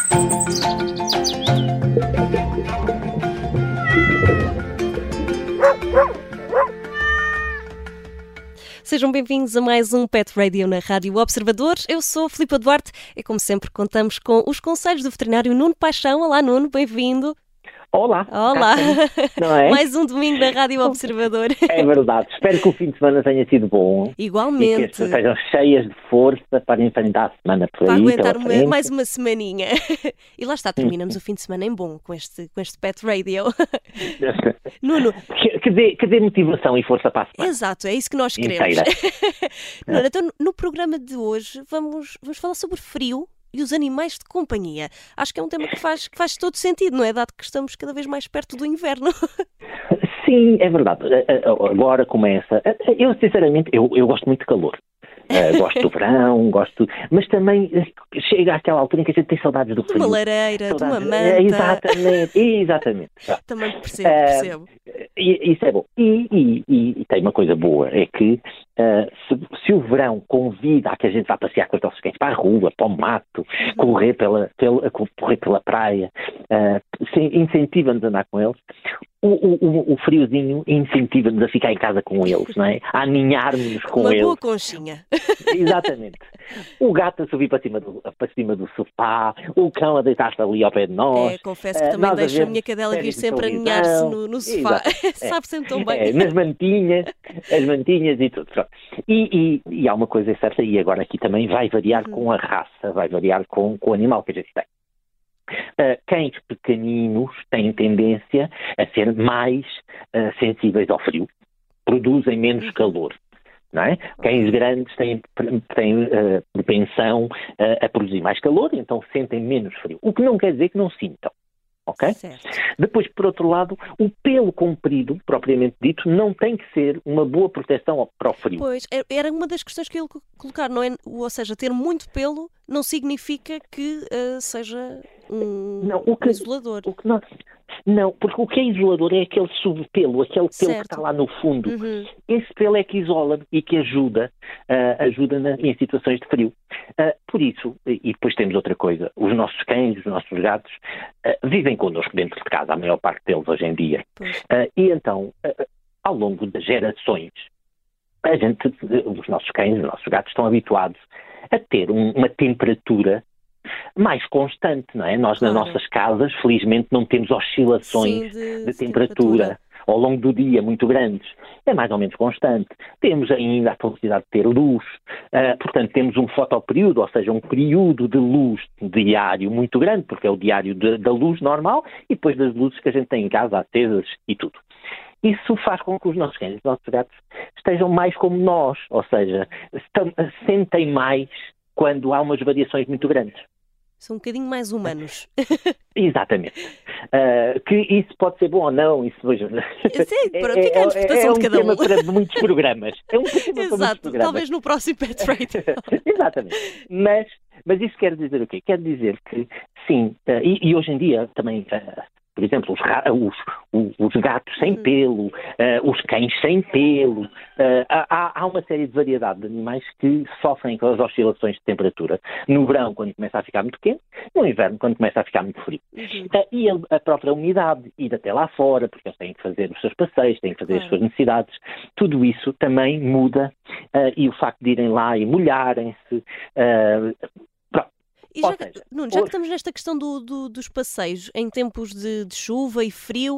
Sejam bem-vindos a mais um Pet Radio na Rádio Observador. Eu sou a Filipa Duarte e, como sempre, contamos com os conselhos do veterinário Nuno Paixão. Olá, Nuno, bem-vindo. Olá. Olá. Não é? Mais um domingo na Rádio Observador. É verdade. Espero que o fim de semana tenha sido bom. Igualmente. E que as pessoas estejam cheias de força para enfrentar a semana por para aí. aguentar mais uma semaninha. E lá está, terminamos o fim de semana em bom com este Pet Radio. Nuno. Que dê motivação e força para a semana. Exato, é isso que nós queremos. Nuno, então, no programa de hoje vamos falar sobre frio e os animais de companhia. Acho que é um tema que faz todo sentido, não é? Dado que estamos cada vez mais perto do inverno. Sim, é verdade. Agora começa. Eu, sinceramente, eu gosto muito de calor. Gosto do verão, mas também chega àquela altura em que a gente tem saudades do frio. De uma lareira, de uma manta. Exatamente. Também percebo. Isso é bom. E tem uma coisa boa, é que se o verão convida a que a gente vá passear com os nossos cães para a rua, para o mato, correr pela praia, incentiva-nos a andar com eles, o friozinho incentiva-nos a ficar em casa com eles, não é? A aninhar-nos com eles. Uma boa conchinha. Exatamente. O gato a subir para cima do sofá, o cão a deitar-se ali ao pé de nós. Confesso que também deixo a minha cadela vir sempre a aninhar-se no sofá. Sabe sempre tão bem. Nas mantinhas, as mantinhas e tudo. Pronto. E há uma coisa certa, e agora aqui também vai variar com a raça, vai variar com o animal que a gente tem. Cães pequeninos têm tendência a ser mais sensíveis ao frio, produzem menos calor. Não é? Cães grandes têm propensão a produzir mais calor, então sentem menos frio. O que não quer dizer que não sintam. Okay? Depois, por outro lado, o pelo comprido, propriamente dito, não tem que ser uma boa proteção para o frio. Pois, era uma das questões que eu ia colocar, não é? Ou seja, ter muito pelo não significa que seja um isolador. Não, porque o que é isolador é aquele subpelo, aquele pelo que está lá no fundo. Esse pelo é que isola e que ajuda em situações de frio. Por isso, e depois temos outra coisa, os nossos cães, os nossos gatos, vivem connosco dentro de casa, a maior parte deles hoje em dia. E então, ao longo das gerações, os nossos cães, os nossos gatos estão habituados a ter uma temperatura mais constante, não é? Nós, nas nossas casas, felizmente, não temos oscilações de temperatura ao longo do dia muito grandes. É mais ou menos constante. Temos ainda a felicidade de ter luz. Portanto, temos um fotoperíodo, ou seja, um período de luz diário muito grande, porque é o diário da luz normal e depois das luzes que a gente tem em casa, acesas e tudo. Isso faz com que os nossos cães, os nossos gatos, estejam mais como nós, ou seja, sentem mais quando há umas variações muito grandes. São um bocadinho mais humanos. Exatamente. Que isso pode ser bom ou não, isso veja. Sim, fica à interpretação de cada um. É um tema para muitos programas. Exato, talvez no próximo Pet Radio. Exatamente. Mas isso quer dizer o quê? Quer dizer que, sim, e hoje em dia também... Por exemplo, os gatos sem pelo, os cães sem pelo. Há uma série de variedade de animais que sofrem com as oscilações de temperatura. No verão, quando começa a ficar muito quente, no inverno, quando começa a ficar muito frio. E a própria umidade, ir até lá fora, porque eles têm que fazer os seus passeios, têm que fazer as suas necessidades. Tudo isso também muda. E o facto de irem lá e molharem-se... E já que estamos nesta questão dos passeios em tempos de chuva e frio,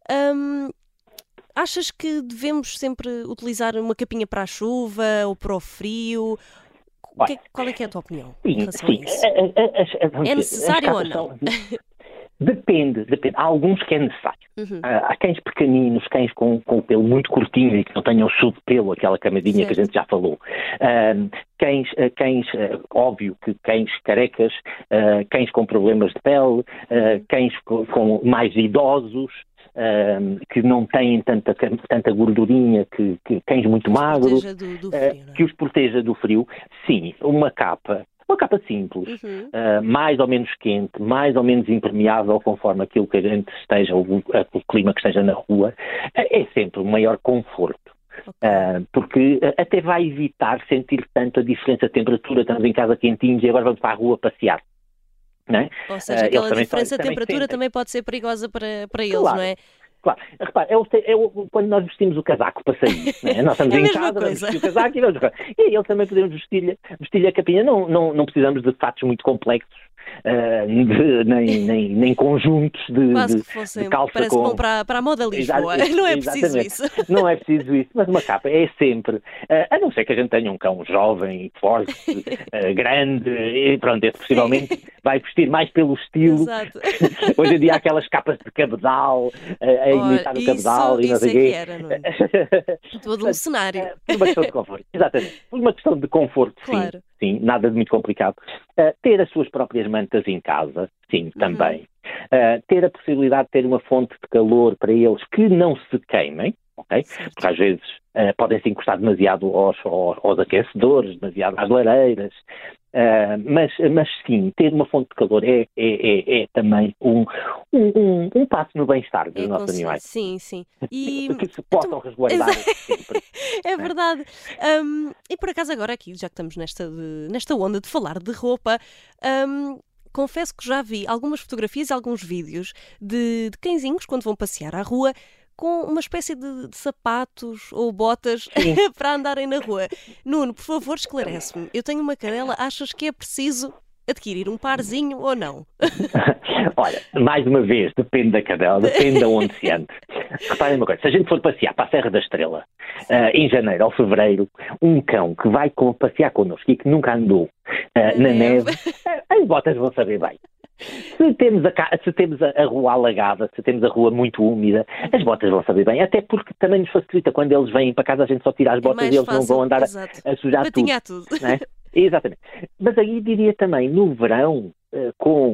achas que devemos sempre utilizar uma capinha para a chuva ou para o frio? Qual é que é a tua opinião em relação a isso? É necessário ou não? Depende. Há alguns que é necessário. Há cães pequeninos, cães com o pelo muito curtinho e que não tenham subpelo, aquela camadinha que a gente já falou. Cães, óbvio que cães carecas, cães com problemas de pele, cães com mais idosos, que não têm tanta gordurinha, que cães muito magros, que os proteja do frio. Sim, uma capa simples, mais ou menos quente, mais ou menos impermeável, conforme aquilo que a gente esteja, o clima que esteja na rua, é sempre o maior conforto. Porque até vai evitar sentir tanto a diferença de temperatura. Estamos em casa quentinhos e agora vamos para a rua passear. Não é? Ou seja, aquela diferença de temperatura também pode ser perigosa para eles, claro, não é? Claro, repare, quando nós vestimos o casaco para sair, né? Nós estamos em casa, vamos vestir o casaco e vamos... E aí também podemos vestir a capinha. Não precisamos de fatos muito complexos, nem conjuntos de calça. Parece que vão para a moda Lisboa. Não é preciso isso. Não é preciso isso, mas uma capa é sempre, a não ser que a gente tenha um cão jovem, forte, grande, e pronto, esse possivelmente vai vestir mais pelo estilo. Exato. Hoje em dia há aquelas capas de cabedal, a imitar o cabedal e não sei o quê. Todo um cenário. Por uma questão de conforto, exatamente. Por uma questão de conforto, claro. Sim, nada de muito complicado. Ter as suas próprias mantas em casa, sim, também. Ter a possibilidade de ter uma fonte de calor para eles que não se queimem, ok? Porque às vezes podem se encostar demasiado aos aquecedores, demasiado às lareiras. Mas sim, ter uma fonte de calor é também um passo no bem-estar dos nossos animais. Sim. E que se possam resguardar sempre. É verdade. E por acaso agora aqui, já que estamos nesta onda de falar de roupa, confesso que já vi algumas fotografias e alguns vídeos de cãezinhos quando vão passear à rua com uma espécie de sapatos ou botas para andarem na rua. Nuno, por favor, esclarece-me. Eu tenho uma cadela, achas que é preciso adquirir um parzinho ou não? Olha, mais uma vez, depende da cadela, depende de onde se anda. Reparem uma coisa, se a gente for passear para a Serra da Estrela, em janeiro ou fevereiro, um cão que vai passear connosco e que nunca andou na neve, as botas vão saber bem. Se temos a rua alagada, se temos a rua muito úmida, as botas vão saber bem, até porque também nos facilita quando eles vêm para casa, a gente só tira as botas e eles não vão andar a sujar tudo. Né? Exatamente. Mas aí diria também, no verão, com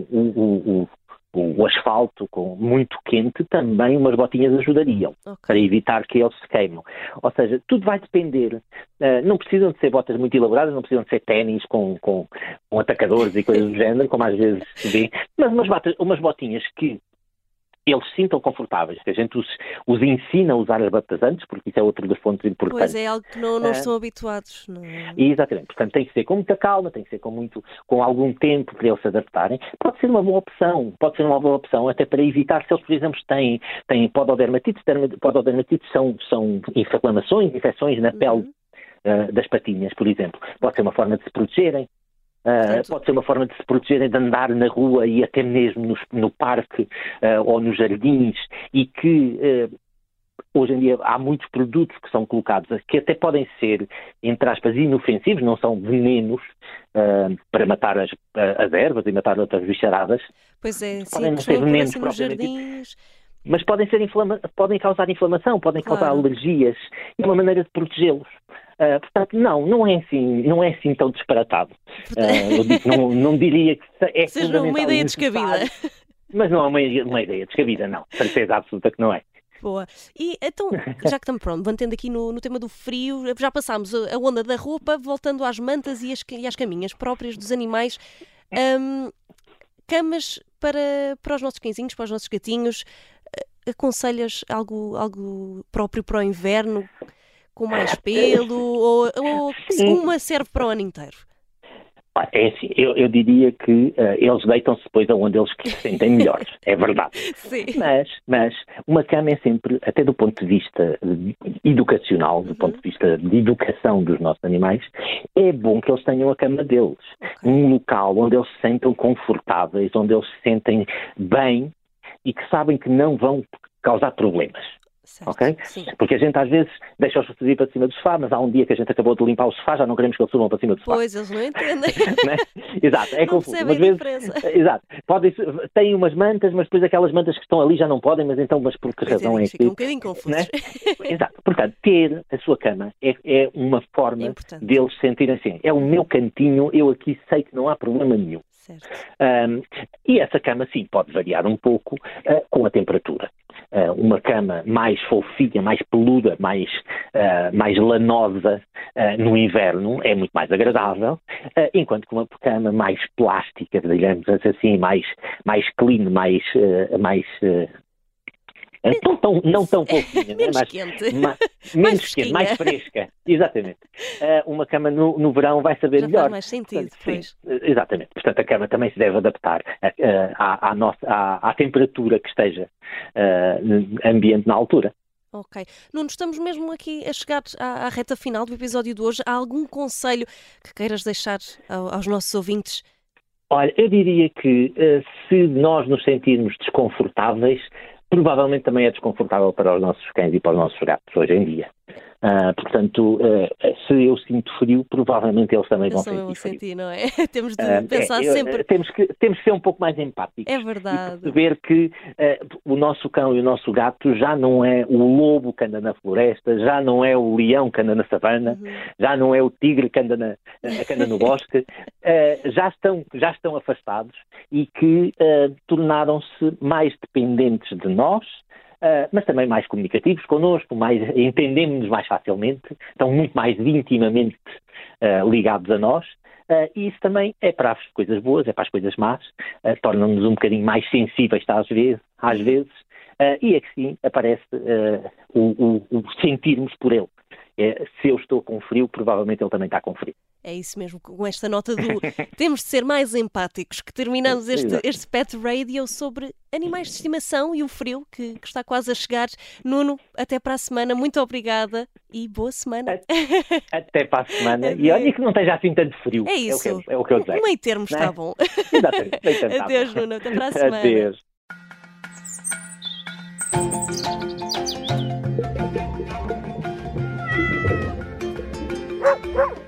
o asfalto muito quente, também umas botinhas ajudariam para evitar que eles se queimam. Ou seja, tudo vai depender. Não precisam de ser botas muito elaboradas, não precisam de ser ténis com atacadores e coisas do género, como às vezes se vê, mas umas botinhas que eles se sintam confortáveis, que a gente os ensina a usar as botas antes, porque isso é outro dos pontos importantes. Pois é, algo que não estão habituados. Não... Exatamente, portanto tem que ser com muita calma, tem que ser com algum tempo para eles se adaptarem. Pode ser uma boa opção, até para evitar, se eles, por exemplo, têm pododermatites. Pododermatites são infecções na pele das patinhas, por exemplo. Pode ser uma forma de se protegerem. Pode ser uma forma de se protegerem de andar na rua e até mesmo no parque ou nos jardins, e que hoje em dia há muitos produtos que são colocados que até podem ser, entre aspas, inofensivos, não são venenos para matar as ervas e matar outras bicharadas. Pois é, podem não ser venenos nos jardins. Mas podem causar inflamação, podem causar alergias, e uma maneira de protegê-los. Portanto, não é assim tão disparatado. Não diria que é seja uma ideia descabida. Mas não é uma ideia descabida, não. Certeza absoluta que não é. Boa. E então, já que estamos mantendo aqui no tema do frio, já passámos a onda da roupa, voltando às mantas e às caminhas próprias dos animais. Camas para os nossos cãezinhos, para os nossos gatinhos, aconselhas algo próprio para o inverno, com mais pelo, ou uma serve para o ano inteiro? É assim, eu diria que eles deitam-se depois aonde eles se sentem melhores, é verdade. Sim. Mas uma cama é sempre, até do ponto de vista educacional, do ponto de vista de educação dos nossos animais, é bom que eles tenham a cama deles. Um local onde eles se sentam confortáveis, onde eles se sentem bem e que sabem que não vão causar problemas. Certo, ok? Sim. Porque a gente às vezes deixa-os subir para cima do sofá, mas há um dia que a gente acabou de limpar o sofá, já não queremos que eles subam para cima do sofá. Pois, eles não entendem. Né? Exato, é confuso. Não percebem a diferença. Exato. Têm umas mantas, mas depois aquelas mantas que estão ali já não podem, mas por que razão é que... Ficam um bocadinho confusos. Né? Exato. Portanto, ter a sua cama é uma forma deles sentirem assim, é o meu cantinho, eu aqui sei que não há problema nenhum. Certo. E essa cama, sim, pode variar um pouco com a temperatura. Uma cama mais fofinha, mais peluda, mais lanosa no inverno é muito mais agradável, enquanto que uma cama mais plástica, digamos assim, mais clean, Não tão fofinha, menos quente. Menos quente, mais fresca. Exatamente. Uma cama no verão vai saber já melhor. Faz mais sentido, pois. Sim, exatamente. Portanto, a cama também se deve adaptar à temperatura que esteja ambiente na altura. Ok. Nuno, estamos mesmo aqui a chegar à reta final do episódio de hoje. Há algum conselho que queiras deixar aos nossos ouvintes? Olha, eu diria que se nós nos sentirmos desconfortáveis, provavelmente também é desconfortável para os nossos cães e para os nossos gatos hoje em dia. Portanto, se eu sinto frio, provavelmente eles também vão sentir frio. Não é? Temos de pensar sempre... Temos que ser um pouco mais empáticos. É verdade. E perceber que o nosso cão e o nosso gato já não é o lobo que anda na floresta, já não é o leão que anda na savana, já não é o tigre que anda no bosque, já estão afastados e que tornaram-se mais dependentes de nós, mas também mais comunicativos connosco, entendemos-nos mais facilmente, estão muito mais intimamente ligados a nós, e isso também é para as coisas boas, é para as coisas más, torna-nos um bocadinho mais sensíveis às vezes, e é que sim, aparece o sentirmos por ele. Se eu estou com frio, provavelmente ele também está com frio. É isso mesmo, com esta nota do temos de ser mais empáticos, que terminamos este Pet Radio sobre animais de estimação e o frio que está quase a chegar. Nuno, até para a semana, muito obrigada e boa semana. Até para a semana. E olha que não esteja assim tanto frio. É isso. É o que eu desejo. O meio termo está bom. Exatamente. Adeus, Nuno, até para a semana. Adeus.